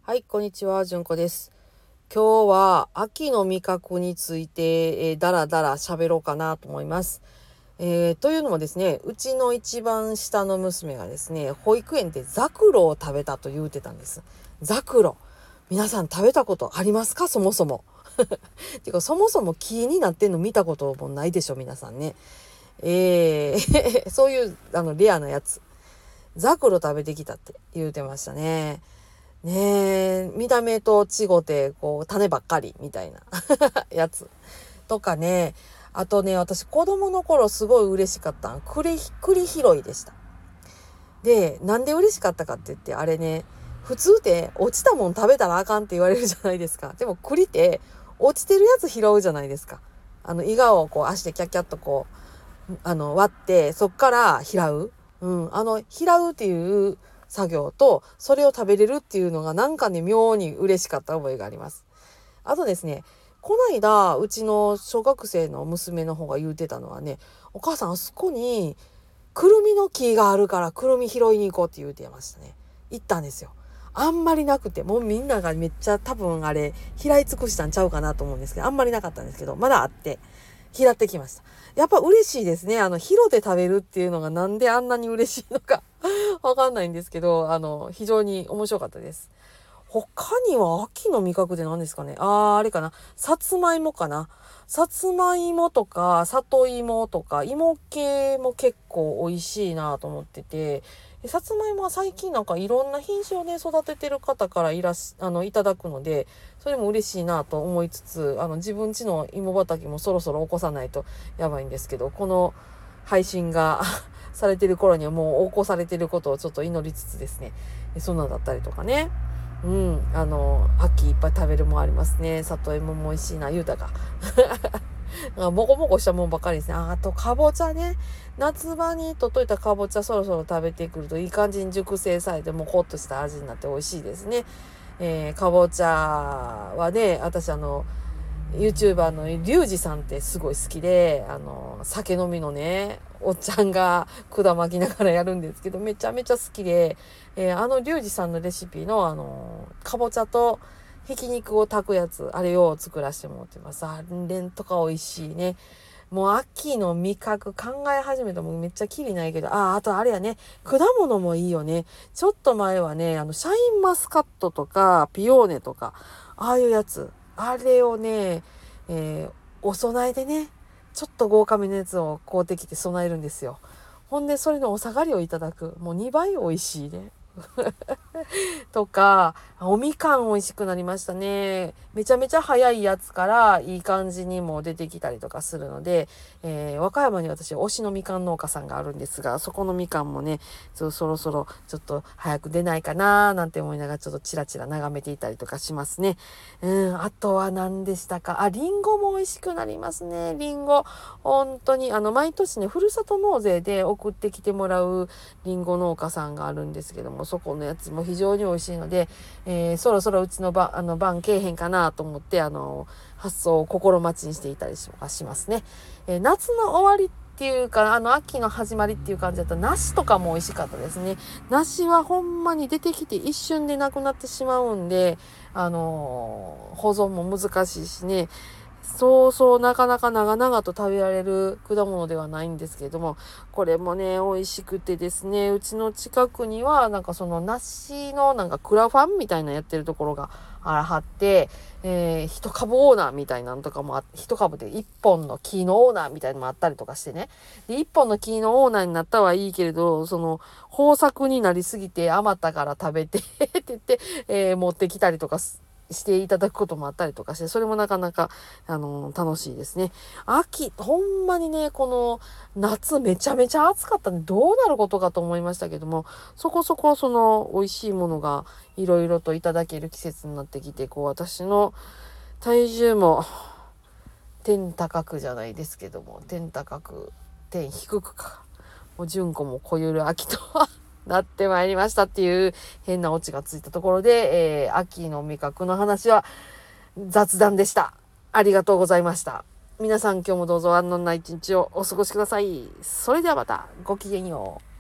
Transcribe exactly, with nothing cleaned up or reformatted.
はい、こんにちは、じゅんこです。今日は秋の味覚について、えー、だらだら喋ろうかなと思います。えー、というのもですね、うちの一番下の娘がですね、保育園でザクロを食べたと言うてたんです。ザクロ。皆さん食べたことありますか、そもそも。てか、そもそも木になってんの見たこともないでしょ、皆さんね。えー、そういうあのレアなやつ。ザクロ食べてきたって言うてましたね。ねえ、見た目と違って、こう、種ばっかりみたいなやつ。とかね、あとね、私子供の頃すごい嬉しかったん、栗、栗拾いでした。で、なんで嬉しかったかって言って、あれね、普通って落ちたもん食べたらあかんって言われるじゃないですか。でも栗って落ちてるやつ拾うじゃないですか。あの、イガをこう足でキャッキャッとこう、あの、割って、そっから拾う。うん。あの、拾うっていう作業と、それを食べれるっていうのがなんかね、妙に嬉しかった覚えがあります。あとですね、こないだ、うちの小学生の娘の方が言うてたのはね、お母さんあそこに、くるみの木があるからくるみ拾いに行こうって言うてましたね。行ったんですよ。あんまりなくて、もうみんながめっちゃ多分あれ、拾い尽くしたんちゃうかなと思うんですけど、あんまりなかったんですけど、まだあって、拾ってきました。やっぱ嬉しいですね。あの、拾って食べるっていうのがなんであんなに嬉しいのかわかんないんですけど、あの、非常に面白かったです。他には秋の味覚で何ですかね。あー、あれかな。さつまいもかな。さつまいもとか、里芋とか、芋系も結構美味しいなと思ってて、さつまいもは最近なんかいろんな品種をね、育ててる方からいらし、あの、いただくので、それも嬉しいなと思いつつ、あの、自分家の芋畑もそろそろ起こさないとやばいんですけど、この配信がされてる頃にはもう起こされてることをちょっと祈りつつですね、そんなんだったりとかね。うん、あの、秋いっぱい食べるもんありますね。里芋も美味しいな、言うたか。もこもこしたもんばっかりですね。あ、あと、かぼちゃね。夏場にとっといたかぼちゃそろそろ食べてくるといい感じに熟成されてもこっとした味になって美味しいですね。えー、かぼちゃはね、私あの、YouTuber のリュウジさんってすごい好きで、あの、酒飲みのね、おっちゃんが管巻きながらやるんですけど、めちゃめちゃ好きで、えー、あのリュウジさんのレシピの、あの、かぼちゃとひき肉を炊くやつ、あれを作らせてもらってます。あれんとか美味しいね。もう秋の味覚考え始めたらもうめっちゃきりないけど、ああ、あとあれやね、果物もいいよね。ちょっと前はね、あの、シャインマスカットとか、ピオーネとか、ああいうやつ、あれをね、えー、お供えでね、ちょっと豪華めのやつを買うてきて備えるんですよ。ほんで、それのお下がりをいただく。もうにばい美味しいね。とか、おみかん美味しくなりましたね。めちゃめちゃ早いやつからいい感じにも出てきたりとかするので、えー、和歌山に私推しのみかん農家さんがあるんですが、そこのみかんもね、そろそろちょっと早く出ないかななんて思いながらちょっとチラチラ眺めていたりとかしますね。うん、あとは何でしたか。あ、リンゴも美味しくなりますね。リンゴ。本当に、あの、毎年ね、ふるさと納税で送ってきてもらうリンゴ農家さんがあるんですけども、そこのやつも非常に美味しいので、えー、そろそろうちの番、あの、番けえへんかなと思って、あの、発送を心待ちにしていたりしますね。えー、夏の終わりっていうか、あの、秋の始まりっていう感じだったら、梨とかも美味しかったですね。梨はほんまに出てきて一瞬でなくなってしまうんで、あのー、保存も難しいしね、そうそうなかなか長々と食べられる果物ではないんですけれども、これもね、美味しくてですね、うちの近くには、なんかその梨のなんかクラファンみたいなやってるところがあらはって、えー、一株オーナーみたいなのとかもあ、一株で一本の木のオーナーみたいなのもあったりとかしてね。で、一本の木のオーナーになったはいいけれど、その、豊作になりすぎて余ったから食べてって言って、えー、持ってきたりとかすしていただくこともあったりとかして、それもなかなか、あのー、楽しいですね。秋、ほんまにね、この夏めちゃめちゃ暑かったんで、どうなることかと思いましたけども、そこそこその美味しいものがいろいろといただける季節になってきて、こう私の体重も天高くじゃないですけども、天高く、天低くか。もう純子もこゆる秋とはなってまいりましたっていう変なオチがついたところで、えー、秋の味覚の話は雑談でした。ありがとうございました。皆さん今日もどうぞ安穏な一日をお過ごしください。それではまたごきげんよう。